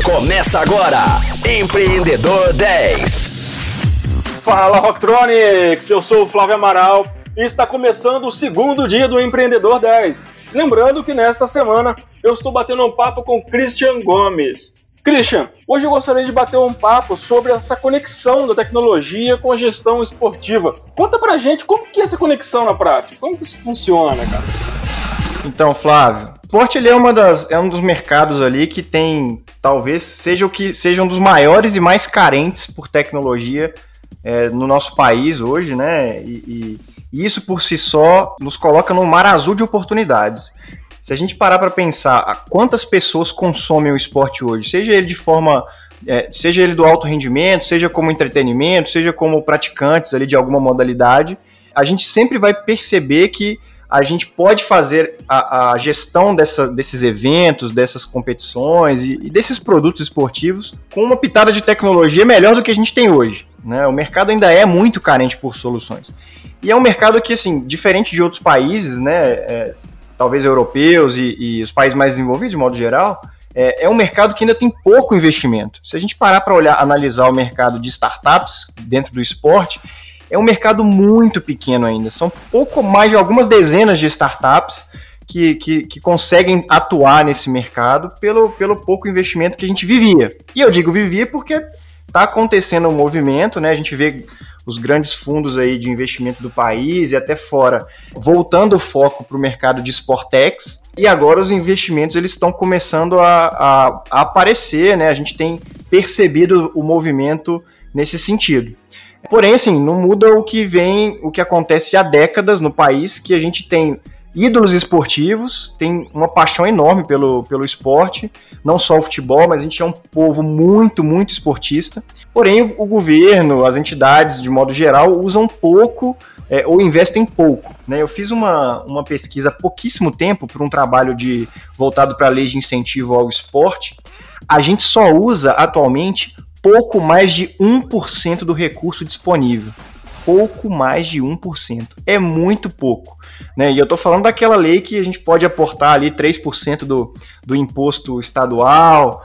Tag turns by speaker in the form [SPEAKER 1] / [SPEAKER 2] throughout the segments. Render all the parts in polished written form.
[SPEAKER 1] Começa agora, Empreendedor 10.
[SPEAKER 2] Fala, Rocktronics! Eu sou o Flávio Amaral e está começando o segundo dia do Empreendedor 10. Lembrando que nesta semana eu estou batendo um papo com Christian Gomes. Christian, hoje eu gostaria de bater um papo sobre essa conexão da tecnologia com a gestão esportiva. Conta pra gente como que é essa conexão na prática, como que isso funciona, cara?
[SPEAKER 3] Então, Flávio, o esporte ele é um dos mercados ali que tem, talvez, seja um dos maiores e mais carentes por tecnologia no nosso país hoje, né? E isso por si só nos coloca num mar azul de oportunidades. Se a gente parar para pensar quantas pessoas consomem o esporte hoje, seja ele de forma, seja ele do alto rendimento, seja como entretenimento, seja como praticantes ali de alguma modalidade, a gente sempre vai perceber que a gente pode fazer a gestão desses eventos, dessas competições e desses produtos esportivos com uma pitada de tecnologia melhor do que a gente tem hoje, né? O mercado ainda é muito carente por soluções. E é um mercado que, assim, diferente de outros países, né, talvez europeus e os países mais desenvolvidos, de modo geral, é um mercado que ainda tem pouco investimento. Se a gente parar para analisar o mercado de startups dentro do esporte, é um mercado muito pequeno ainda. São pouco mais de algumas dezenas de startups que conseguem atuar nesse mercado pelo pouco investimento que a gente vivia. E eu digo vivia porque está acontecendo um movimento, né? A gente vê os grandes fundos aí de investimento do país e até fora voltando o foco para o mercado de Sportex. E agora os investimentos eles estão começando a aparecer, né? A gente tem percebido o movimento nesse sentido. Porém, assim, não muda o que acontece há décadas no país, que a gente tem ídolos esportivos, tem uma paixão enorme pelo esporte, não só o futebol, mas a gente é um povo muito, muito esportista. Porém, o governo, as entidades, de modo geral, usam pouco ou investem pouco, né? Eu fiz uma pesquisa há pouquíssimo tempo para um trabalho voltado para a lei de incentivo ao esporte. A gente só usa atualmente pouco mais de 1% do recurso disponível. Pouco mais de 1%. É muito pouco, né? E eu estou falando daquela lei que a gente pode aportar ali 3% do imposto estadual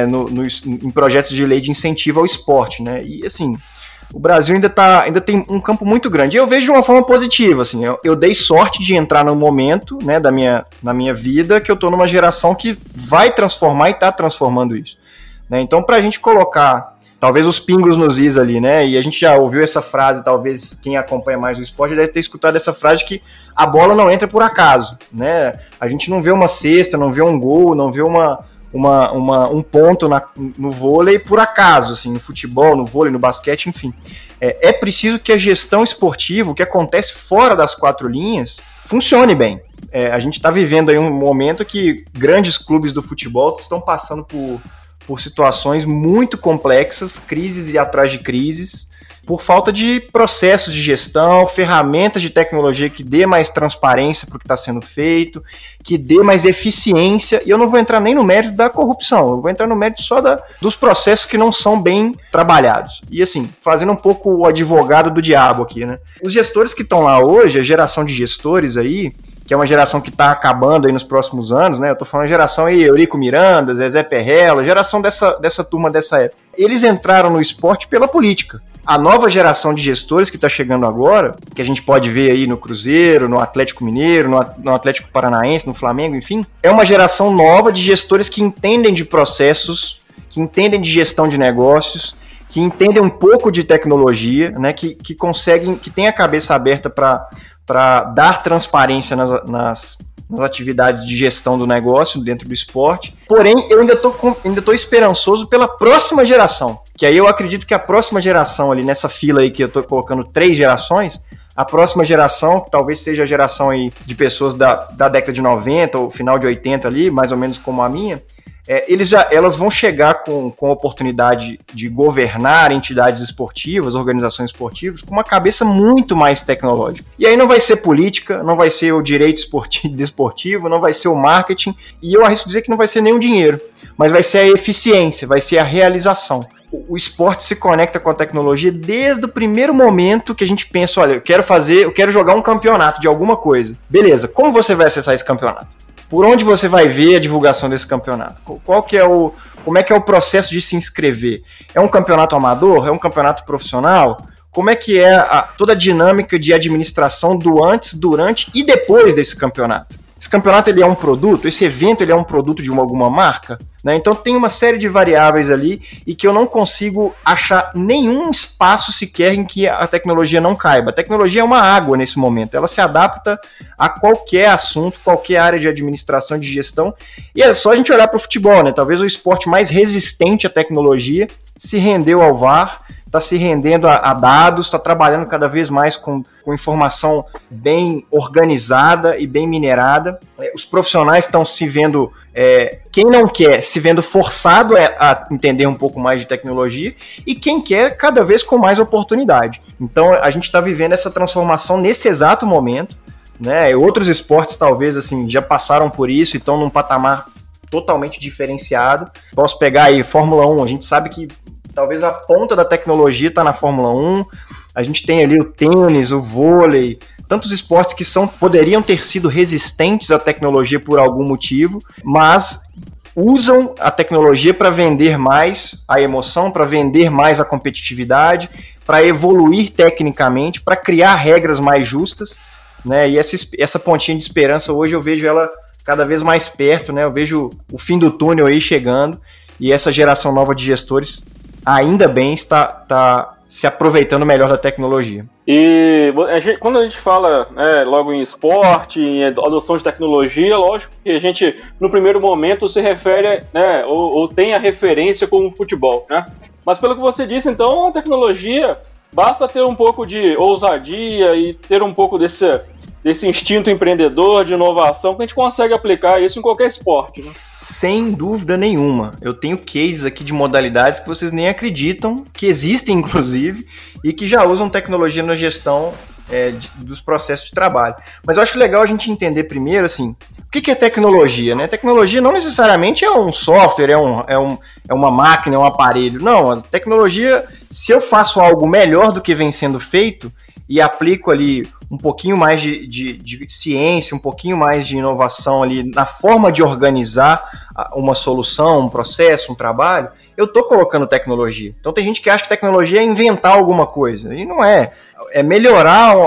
[SPEAKER 3] em projetos de lei de incentivo ao esporte, né? E assim, o Brasil ainda tem um campo muito grande. E eu vejo de uma forma positiva, assim, eu dei sorte de entrar num momento, né, na minha vida que eu estou numa geração que vai transformar e está transformando isso. Né? Então, para a gente colocar, talvez, os pingos nos is ali, né? E a gente já ouviu essa frase, talvez quem acompanha mais o esporte deve ter escutado essa frase que a bola não entra por acaso, né? A gente não vê uma cesta, não vê um gol, não vê um ponto no vôlei por acaso, assim, no futebol, no vôlei, no basquete, enfim. É preciso que a gestão esportiva, o que acontece fora das quatro linhas, funcione bem. A gente está vivendo aí um momento que grandes clubes do futebol estão passando por situações muito complexas, crises e atrás de crises, por falta de processos de gestão, ferramentas de tecnologia que dê mais transparência para o que está sendo feito, que dê mais eficiência, e eu não vou entrar nem no mérito da corrupção, eu vou entrar no mérito só dos processos que não são bem trabalhados. E assim, fazendo um pouco o advogado do diabo aqui, né? Os gestores que estão lá hoje, a geração de gestores aí, que é uma geração que está acabando aí nos próximos anos, né? Eu tô falando geração aí, Eurico Miranda, Zezé Perrella, geração dessa turma dessa época. Eles entraram no esporte pela política. A nova geração de gestores que está chegando agora, que a gente pode ver aí no Cruzeiro, no Atlético Mineiro, no Atlético Paranaense, no Flamengo, enfim, é uma geração nova de gestores que entendem de processos, que entendem de gestão de negócios, que entendem um pouco de tecnologia, né? Que conseguem, que têm a cabeça aberta para dar transparência nas atividades de gestão do negócio dentro do esporte. Porém, eu ainda tô esperançoso pela próxima geração, que aí eu acredito que a próxima geração ali nessa fila aí que eu tô colocando 3 gerações, a próxima geração, talvez seja a geração aí de pessoas da década de 90 ou final de 80 ali, mais ou menos como a minha, elas vão chegar com a oportunidade de governar entidades esportivas, organizações esportivas, com uma cabeça muito mais tecnológica. E aí não vai ser política, não vai ser o direito desportivo, não vai ser o marketing, e eu arrisco dizer que não vai ser nem o dinheiro, mas vai ser a eficiência, vai ser a realização. O esporte se conecta com a tecnologia desde o primeiro momento que a gente pensa, olha, eu quero jogar um campeonato de alguma coisa. Beleza, como você vai acessar esse campeonato? Por onde você vai ver a divulgação desse campeonato? Qual que é o Como é que é o processo de se inscrever? É um campeonato amador? É um campeonato profissional? Como é que é toda a dinâmica de administração do antes, durante e depois desse campeonato? Esse campeonato ele é um produto? Esse evento ele é um produto de alguma marca? Né? Então tem uma série de variáveis ali e que eu não consigo achar nenhum espaço sequer em que a tecnologia não caiba. A tecnologia é uma água nesse momento, ela se adapta a qualquer assunto, qualquer área de administração, de gestão, e é só a gente olhar para o futebol, né? Talvez o esporte mais resistente à tecnologia se rendeu ao VAR, está se rendendo a dados, está trabalhando cada vez mais com informação bem organizada e bem minerada. Os profissionais estão se vendo, quem não quer, se vendo forçado a entender um pouco mais de tecnologia, e quem quer, cada vez com mais oportunidade. Então, a gente está vivendo essa transformação nesse exato momento, né? Outros esportes, talvez, assim, já passaram por isso e estão num patamar totalmente diferenciado. Posso pegar aí Fórmula 1, a gente sabe que talvez a ponta da tecnologia está na Fórmula 1, a gente tem ali o tênis, o vôlei, tantos esportes que poderiam ter sido resistentes à tecnologia por algum motivo, mas usam a tecnologia para vender mais a emoção, para vender mais a competitividade, para evoluir tecnicamente, para criar regras mais justas, né? E essa pontinha de esperança hoje eu vejo ela cada vez mais perto, né? Eu vejo o fim do túnel aí chegando, e essa geração nova de gestores ainda bem está se aproveitando melhor da tecnologia.
[SPEAKER 2] E quando a gente fala logo em esporte, em adoção de tecnologia, lógico que a gente, no primeiro momento, se refere, ou tem a referência com o futebol, né? Mas pelo que você disse, então, a tecnologia, basta ter um pouco de ousadia e ter um pouco desse instinto empreendedor, de inovação, que a gente consegue aplicar isso em qualquer esporte, né?
[SPEAKER 3] Sem dúvida nenhuma. Eu tenho cases aqui de modalidades que vocês nem acreditam, que existem inclusive, e que já usam tecnologia na gestão dos processos de trabalho. Mas eu acho legal a gente entender primeiro, assim, o que é tecnologia, né? Tecnologia não necessariamente é um software, é uma máquina, é um aparelho. Não, a tecnologia, se eu faço algo melhor do que vem sendo feito e aplico ali um pouquinho mais de ciência, um pouquinho mais de inovação ali na forma de organizar uma solução, um processo, um trabalho, eu estou colocando tecnologia. Então tem gente que acha que tecnologia é inventar alguma coisa, e não é. É melhorar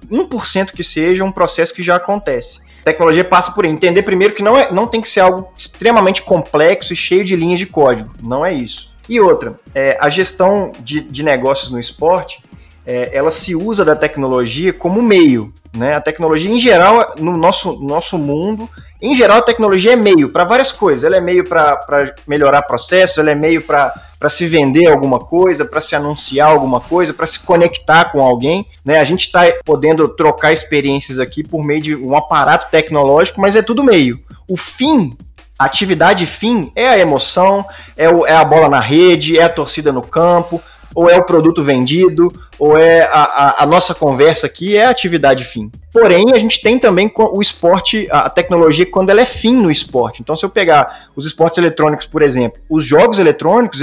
[SPEAKER 3] 1% que seja um processo que já acontece. A tecnologia passa por entender primeiro que não tem que ser algo extremamente complexo e cheio de linhas de código. Não é isso. E outra, a gestão de negócios no esporte, ela se usa da tecnologia como meio, né? A tecnologia, em geral, no nosso mundo, em geral, a tecnologia é meio para várias coisas. Ela é meio para melhorar processos, ela é meio para se vender alguma coisa, para se anunciar alguma coisa, para se conectar com alguém, né? A gente está podendo trocar experiências aqui por meio de um aparato tecnológico, mas é tudo meio. O fim, a atividade fim, é a emoção, é a bola na rede, é a torcida no campo, ou é o produto vendido, ou é a nossa conversa aqui, é a atividade fim. Porém, a gente tem também o esporte, a tecnologia, quando ela é fim no esporte. Então, se eu pegar os esportes eletrônicos, por exemplo, os jogos eletrônicos,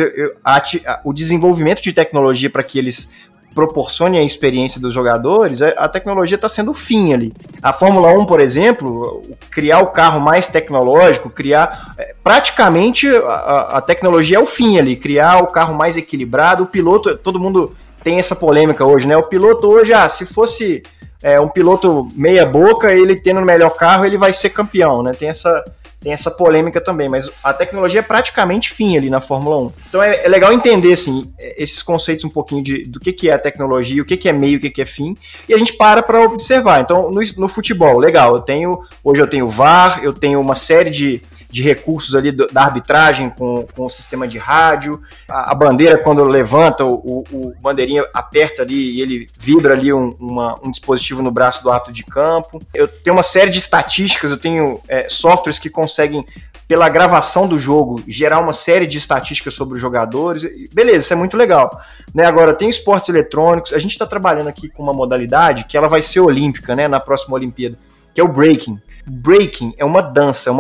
[SPEAKER 3] o desenvolvimento de tecnologia para que eles proporcione a experiência dos jogadores, a tecnologia está sendo o fim ali. A Fórmula 1, por exemplo, criar o carro mais tecnológico, praticamente a tecnologia é o fim ali, criar o carro mais equilibrado, o piloto, todo mundo tem essa polêmica hoje, né? O piloto hoje, se fosse um piloto meia boca, ele tendo o melhor carro, ele vai ser campeão, né? Tem essa polêmica também, mas a tecnologia é praticamente fim ali na Fórmula 1. Então é legal entender assim, esses conceitos um pouquinho do que é a tecnologia, o que é meio, o que é fim, e a gente para observar. Então no futebol, legal, hoje eu tenho VAR, eu tenho uma série de recursos ali da arbitragem com o sistema de rádio, a bandeira quando levanta, o bandeirinha aperta ali e ele vibra ali um dispositivo no braço do árbitro de campo. Eu tenho uma série de estatísticas, eu tenho softwares que conseguem, pela gravação do jogo, gerar uma série de estatísticas sobre os jogadores. Beleza, isso é muito legal. Né? Agora, tem esportes eletrônicos, a gente está trabalhando aqui com uma modalidade que ela vai ser olímpica, né, na próxima Olimpíada, que é o breaking. Breaking é uma dança,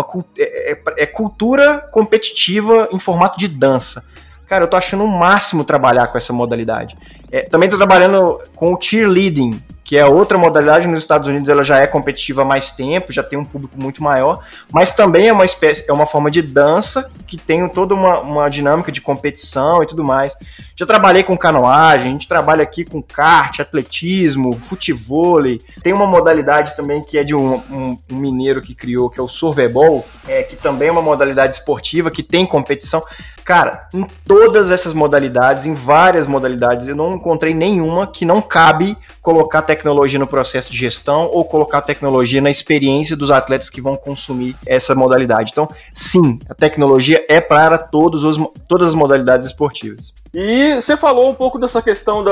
[SPEAKER 3] é cultura competitiva em formato de dança. Cara, eu tô achando o máximo trabalhar com essa modalidade. Também tô trabalhando com o cheerleading, que é outra modalidade. Nos Estados Unidos ela já é competitiva há mais tempo, já tem um público muito maior, mas também é uma forma de dança que tem toda uma dinâmica de competição e tudo mais. Já trabalhei com canoagem, a gente trabalha aqui com kart, atletismo, futevôlei. Tem uma modalidade também que é de um mineiro que criou, que é o surfeball, que também é uma modalidade esportiva, que tem competição. Cara, em todas essas modalidades, em várias modalidades, eu não encontrei nenhuma que não cabe colocar tecnologia no processo de gestão ou colocar tecnologia na experiência dos atletas que vão consumir essa modalidade. Então, sim, a tecnologia é para todas as modalidades esportivas.
[SPEAKER 2] E você falou um pouco dessa questão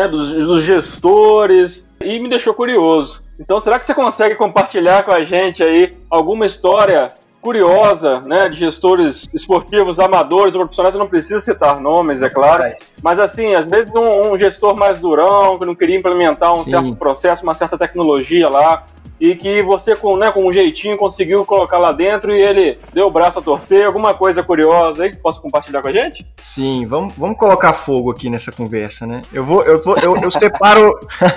[SPEAKER 2] dos gestores e me deixou curioso. Então, será que você consegue compartilhar com a gente aí alguma história curiosa, né, de gestores esportivos, amadores ou profissionais? Eu não preciso citar nomes, é claro, mas assim, às vezes um gestor mais durão, que não queria implementar um certo processo, uma certa tecnologia lá, e que você com um jeitinho conseguiu colocar lá dentro e ele deu o braço a torcer. Alguma coisa curiosa aí que possa compartilhar com a gente?
[SPEAKER 3] Sim, vamos colocar fogo aqui nessa conversa, né? Eu separo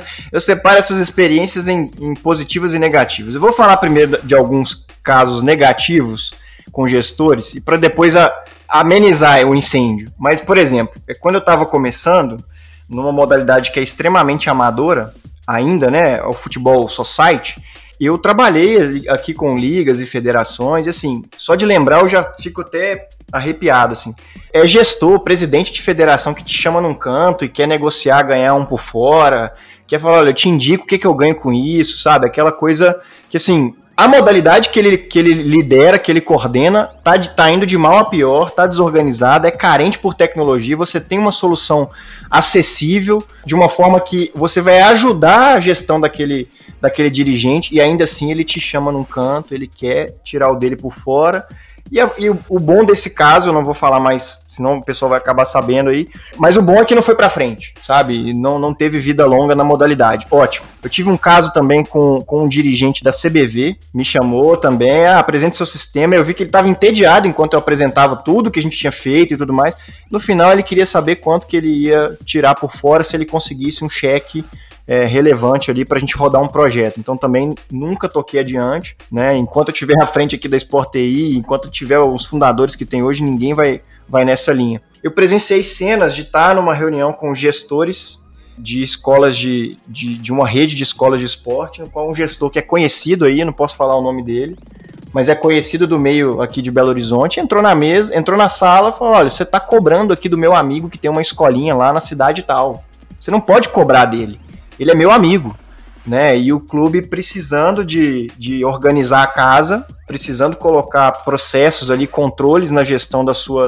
[SPEAKER 3] essas experiências em positivas e negativas. Eu vou falar primeiro de alguns casos negativos com gestores e para depois amenizar o incêndio. Mas, por exemplo, quando eu estava começando numa modalidade que é extremamente amadora ainda, né, o futebol society, eu trabalhei aqui com ligas e federações, e assim, só de lembrar eu já fico até arrepiado, assim. É gestor, presidente de federação que te chama num canto e quer negociar, ganhar um por fora, quer falar, olha, eu te indico o que eu ganho com isso, sabe? Aquela coisa que, assim, a modalidade que ele lidera, que ele coordena, tá indo de mal a pior, tá desorganizada, é carente por tecnologia, você tem uma solução acessível, de uma forma que você vai ajudar a gestão daquele dirigente, e ainda assim ele te chama num canto, ele quer tirar o dele por fora. E o bom desse caso, eu não vou falar mais, senão o pessoal vai acabar sabendo aí, mas o bom é que não foi pra frente, sabe? Não teve vida longa na modalidade. Ótimo. Eu tive um caso também com um dirigente da CBV, me chamou também, apresente seu sistema, eu vi que ele estava entediado enquanto eu apresentava tudo que a gente tinha feito e tudo mais. No final ele queria saber quanto que ele ia tirar por fora se ele conseguisse um cheque relevante ali para a gente rodar um projeto. Então também nunca toquei adiante, né? Enquanto eu estiver à frente aqui da Sport TI, enquanto tiver os fundadores que tem hoje, ninguém vai nessa linha. Eu presenciei cenas de estar numa reunião com gestores de escolas de uma rede de escolas de esporte, no qual um gestor que é conhecido aí, não posso falar o nome dele, mas é conhecido do meio aqui de Belo Horizonte, entrou na mesa, entrou na sala e falou, olha, você está cobrando aqui do meu amigo que tem uma escolinha lá na cidade tal. Você não pode cobrar dele. Ele é meu amigo, né? E o clube precisando de organizar a casa, precisando colocar processos ali, controles na gestão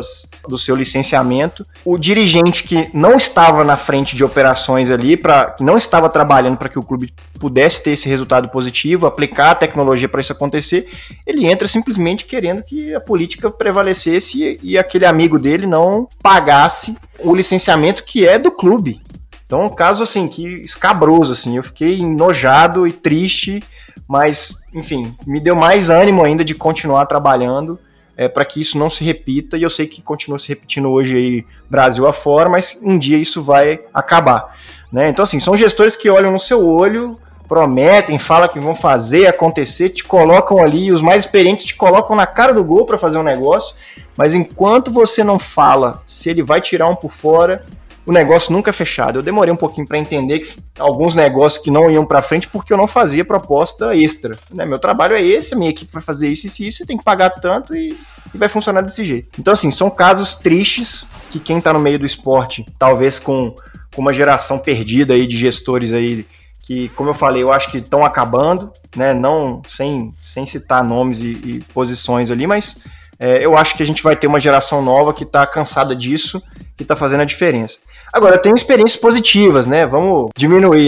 [SPEAKER 3] do seu licenciamento. O dirigente que não estava na frente de operações ali, que não estava trabalhando para que o clube pudesse ter esse resultado positivo, aplicar a tecnologia para isso acontecer, ele entra simplesmente querendo que a política prevalecesse e aquele amigo dele não pagasse o licenciamento que é do clube. Então, um caso, assim, que escabroso, assim, eu fiquei enojado e triste, mas, enfim, me deu mais ânimo ainda de continuar trabalhando para que isso não se repita, e eu sei que continua se repetindo hoje aí, Brasil afora, mas um dia isso vai acabar, né? Então, assim, são gestores que olham no seu olho, prometem, falam que vão fazer acontecer, te colocam ali, os mais experientes te colocam na cara do gol para fazer um negócio, mas enquanto você não fala se ele vai tirar um por fora, o negócio nunca é fechado. Eu demorei um pouquinho para entender que alguns negócios que não iam para frente porque eu não fazia proposta extra, né? Meu trabalho é esse, a minha equipe vai fazer isso e isso, tem que pagar tanto e vai funcionar desse jeito. Então, assim, são casos tristes que quem está no meio do esporte, talvez com uma geração perdida aí de gestores aí, que, como eu falei, eu acho que estão acabando, né? Não sem citar nomes e posições ali, mas eu acho que a gente vai ter uma geração nova que está cansada disso, que está fazendo a diferença. Agora, eu tenho experiências positivas, né? Vamos diminuir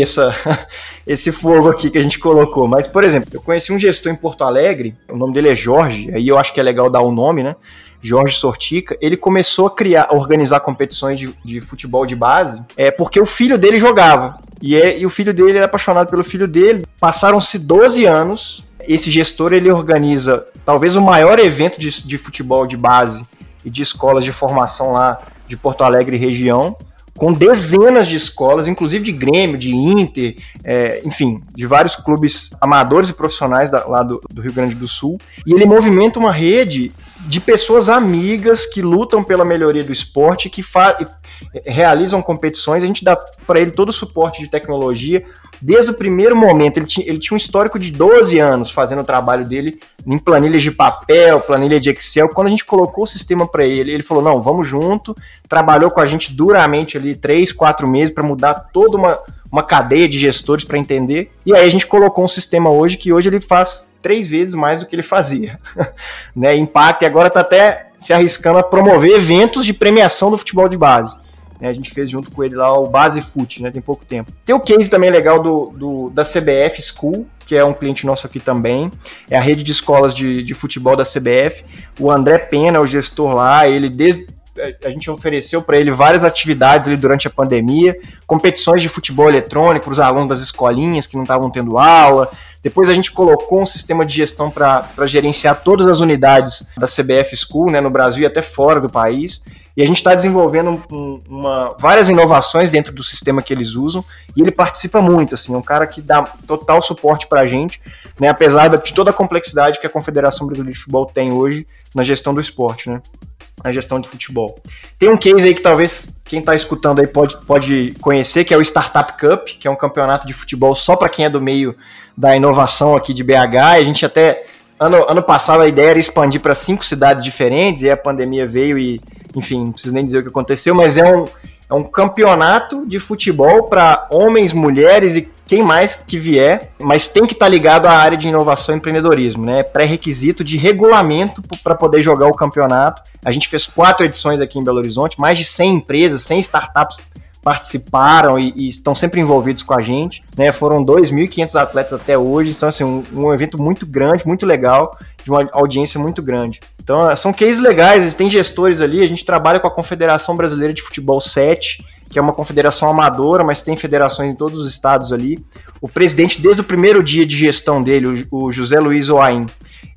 [SPEAKER 3] esse fogo aqui que a gente colocou. Mas, por exemplo, eu conheci um gestor em Porto Alegre, o nome dele é Jorge, aí eu acho que é legal dar o nome, né? Jorge Sortica. Ele começou a organizar competições de futebol de base, porque o filho dele jogava. E o filho dele era apaixonado pelo filho dele. Passaram-se 12 anos. Esse gestor, ele organiza talvez o maior evento de futebol de base e de escolas de formação lá de Porto Alegre e região, com dezenas de escolas, inclusive de Grêmio, de Inter, enfim, de vários clubes amadores e profissionais lá do Rio Grande do Sul. E ele movimenta uma rede de pessoas amigas que lutam pela melhoria do esporte, que realizam competições. A gente dá para ele todo o suporte de tecnologia. Desde o primeiro momento, ele tinha um histórico de 12 anos fazendo o trabalho dele em planilhas de papel, planilha de Excel. Quando a gente colocou o sistema para ele, ele falou, não, vamos junto. Trabalhou com a gente duramente ali 3, 4 meses para mudar toda uma cadeia de gestores para entender. E aí a gente colocou um sistema hoje que hoje ele faz 3 vezes mais do que ele fazia. Né? Impacta, e agora está até se arriscando a promover eventos de premiação do futebol de base. A gente fez junto com ele lá o Base Fute, né, tem pouco tempo. Tem o case também legal da CBF School, que é um cliente nosso aqui também. É a rede de escolas de futebol da CBF. O André Pena, o gestor lá, a gente ofereceu para ele várias atividades ali durante a pandemia, competições de futebol eletrônico para os alunos das escolinhas que não estavam tendo aula. Depois a gente colocou um sistema de gestão para gerenciar todas as unidades da CBF School, né, no Brasil e até fora do país. E a gente está desenvolvendo várias inovações dentro do sistema que eles usam, e ele participa muito, assim, é um cara que dá total suporte para a gente, né, apesar de toda a complexidade que a Confederação Brasileira de Futebol tem hoje na gestão do esporte, né, na gestão de futebol. Tem um case aí que talvez quem está escutando aí pode conhecer, que é o Startup Cup, que é um campeonato de futebol só para quem é do meio da inovação aqui de BH, e a gente até... Ano passado a ideia era expandir para 5 cidades diferentes, e a pandemia veio e, enfim, não preciso nem dizer o que aconteceu, mas é um campeonato de futebol para homens, mulheres e quem mais que vier, mas tem que estar ligado à área de inovação e empreendedorismo, né? Pré-requisito de regulamento para poder jogar o campeonato. A gente fez 4 edições aqui em Belo Horizonte, mais de 100 empresas, 100 startups participaram e estão sempre envolvidos com a gente, né? Foram 2.500 atletas até hoje, então assim, um evento muito grande, muito legal, de uma audiência muito grande. Então são cases legais, eles têm gestores ali, a gente trabalha com a Confederação Brasileira de Futebol 7, que é uma confederação amadora, mas tem federações em todos os estados ali. O presidente, desde o primeiro dia de gestão dele, o José Luiz Oaim,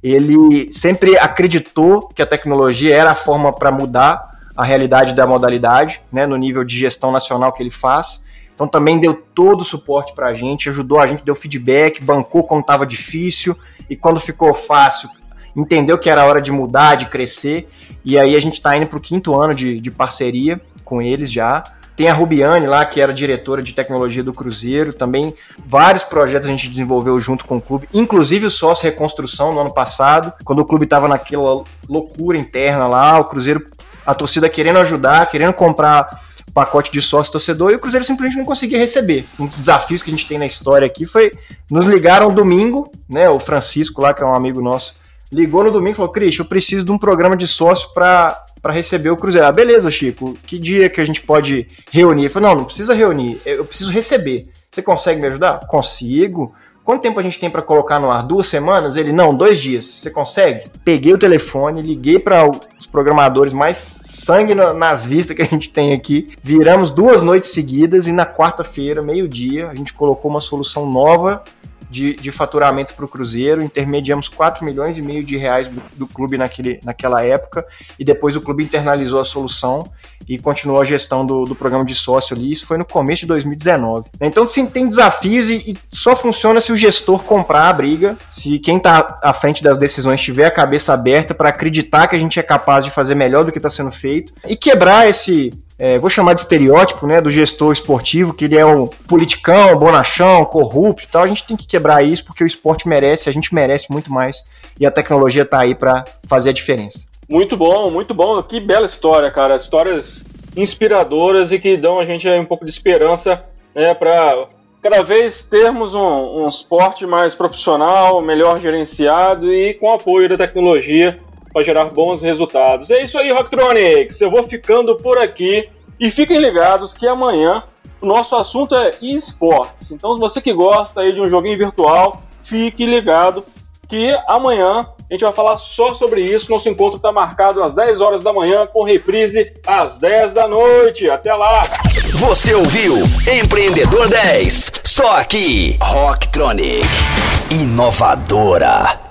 [SPEAKER 3] ele sempre acreditou que a tecnologia era a forma para mudar a realidade da modalidade, né, no nível de gestão nacional que ele faz. Então também deu todo o suporte para a gente, ajudou a gente, deu feedback, bancou quando estava difícil e quando ficou fácil, entendeu que era hora de mudar, de crescer. E aí a gente está indo para o 5º ano de parceria com eles já. Tem a Rubiane lá, que era diretora de tecnologia do Cruzeiro, também vários projetos a gente desenvolveu junto com o clube, inclusive o sócio reconstrução no ano passado, quando o clube estava naquela loucura interna lá, o Cruzeiro, a torcida querendo ajudar, querendo comprar pacote de sócio torcedor, e o Cruzeiro simplesmente não conseguia receber. Um dos desafios que a gente tem na história aqui foi, nos ligaram domingo, né, o Francisco lá, que é um amigo nosso, ligou no domingo e falou, Cris, eu preciso de um programa de sócio para receber o Cruzeiro. Ah, beleza, Chico, que dia que a gente pode reunir? Ele falou, não precisa reunir, eu preciso receber. Você consegue me ajudar? Consigo. Quanto tempo a gente tem para colocar no ar? 2 semanas? Ele, não, 2 dias. Você consegue? Peguei o telefone, liguei para os programadores, mais sangue nas vistas que a gente tem aqui. Viramos 2 noites seguidas e na quarta-feira, meio-dia, a gente colocou uma solução nova de faturamento para o Cruzeiro, intermediamos 4,5 milhões de reais do clube naquela época, e depois o clube internalizou a solução e continuou a gestão do programa de sócio ali. Isso foi no começo de 2019. Então, sim, tem desafios e só funciona se o gestor comprar a briga, se quem está à frente das decisões tiver a cabeça aberta para acreditar que a gente é capaz de fazer melhor do que está sendo feito e quebrar esse... vou chamar de estereótipo, né, do gestor esportivo, que ele é um politicão, bonachão, corrupto e tal. A gente tem que quebrar isso porque o esporte merece, a gente merece muito mais e a tecnologia está aí para fazer a diferença.
[SPEAKER 2] Muito bom, muito bom. Que bela história, cara. Histórias inspiradoras e que dão a gente um pouco de esperança, né, para cada vez termos um esporte mais profissional, melhor gerenciado e com apoio da tecnologia para gerar bons resultados. É isso aí, Rocktronics. Eu vou ficando por aqui e fiquem ligados que amanhã o nosso assunto é esportes. Então, se você que gosta aí de um joguinho virtual, fique ligado que amanhã a gente vai falar só sobre isso. Nosso encontro está marcado às 10 horas da manhã, com reprise às 10 da noite. Até lá!
[SPEAKER 1] Você ouviu Empreendedor 10, só aqui, Rocktronic, inovadora.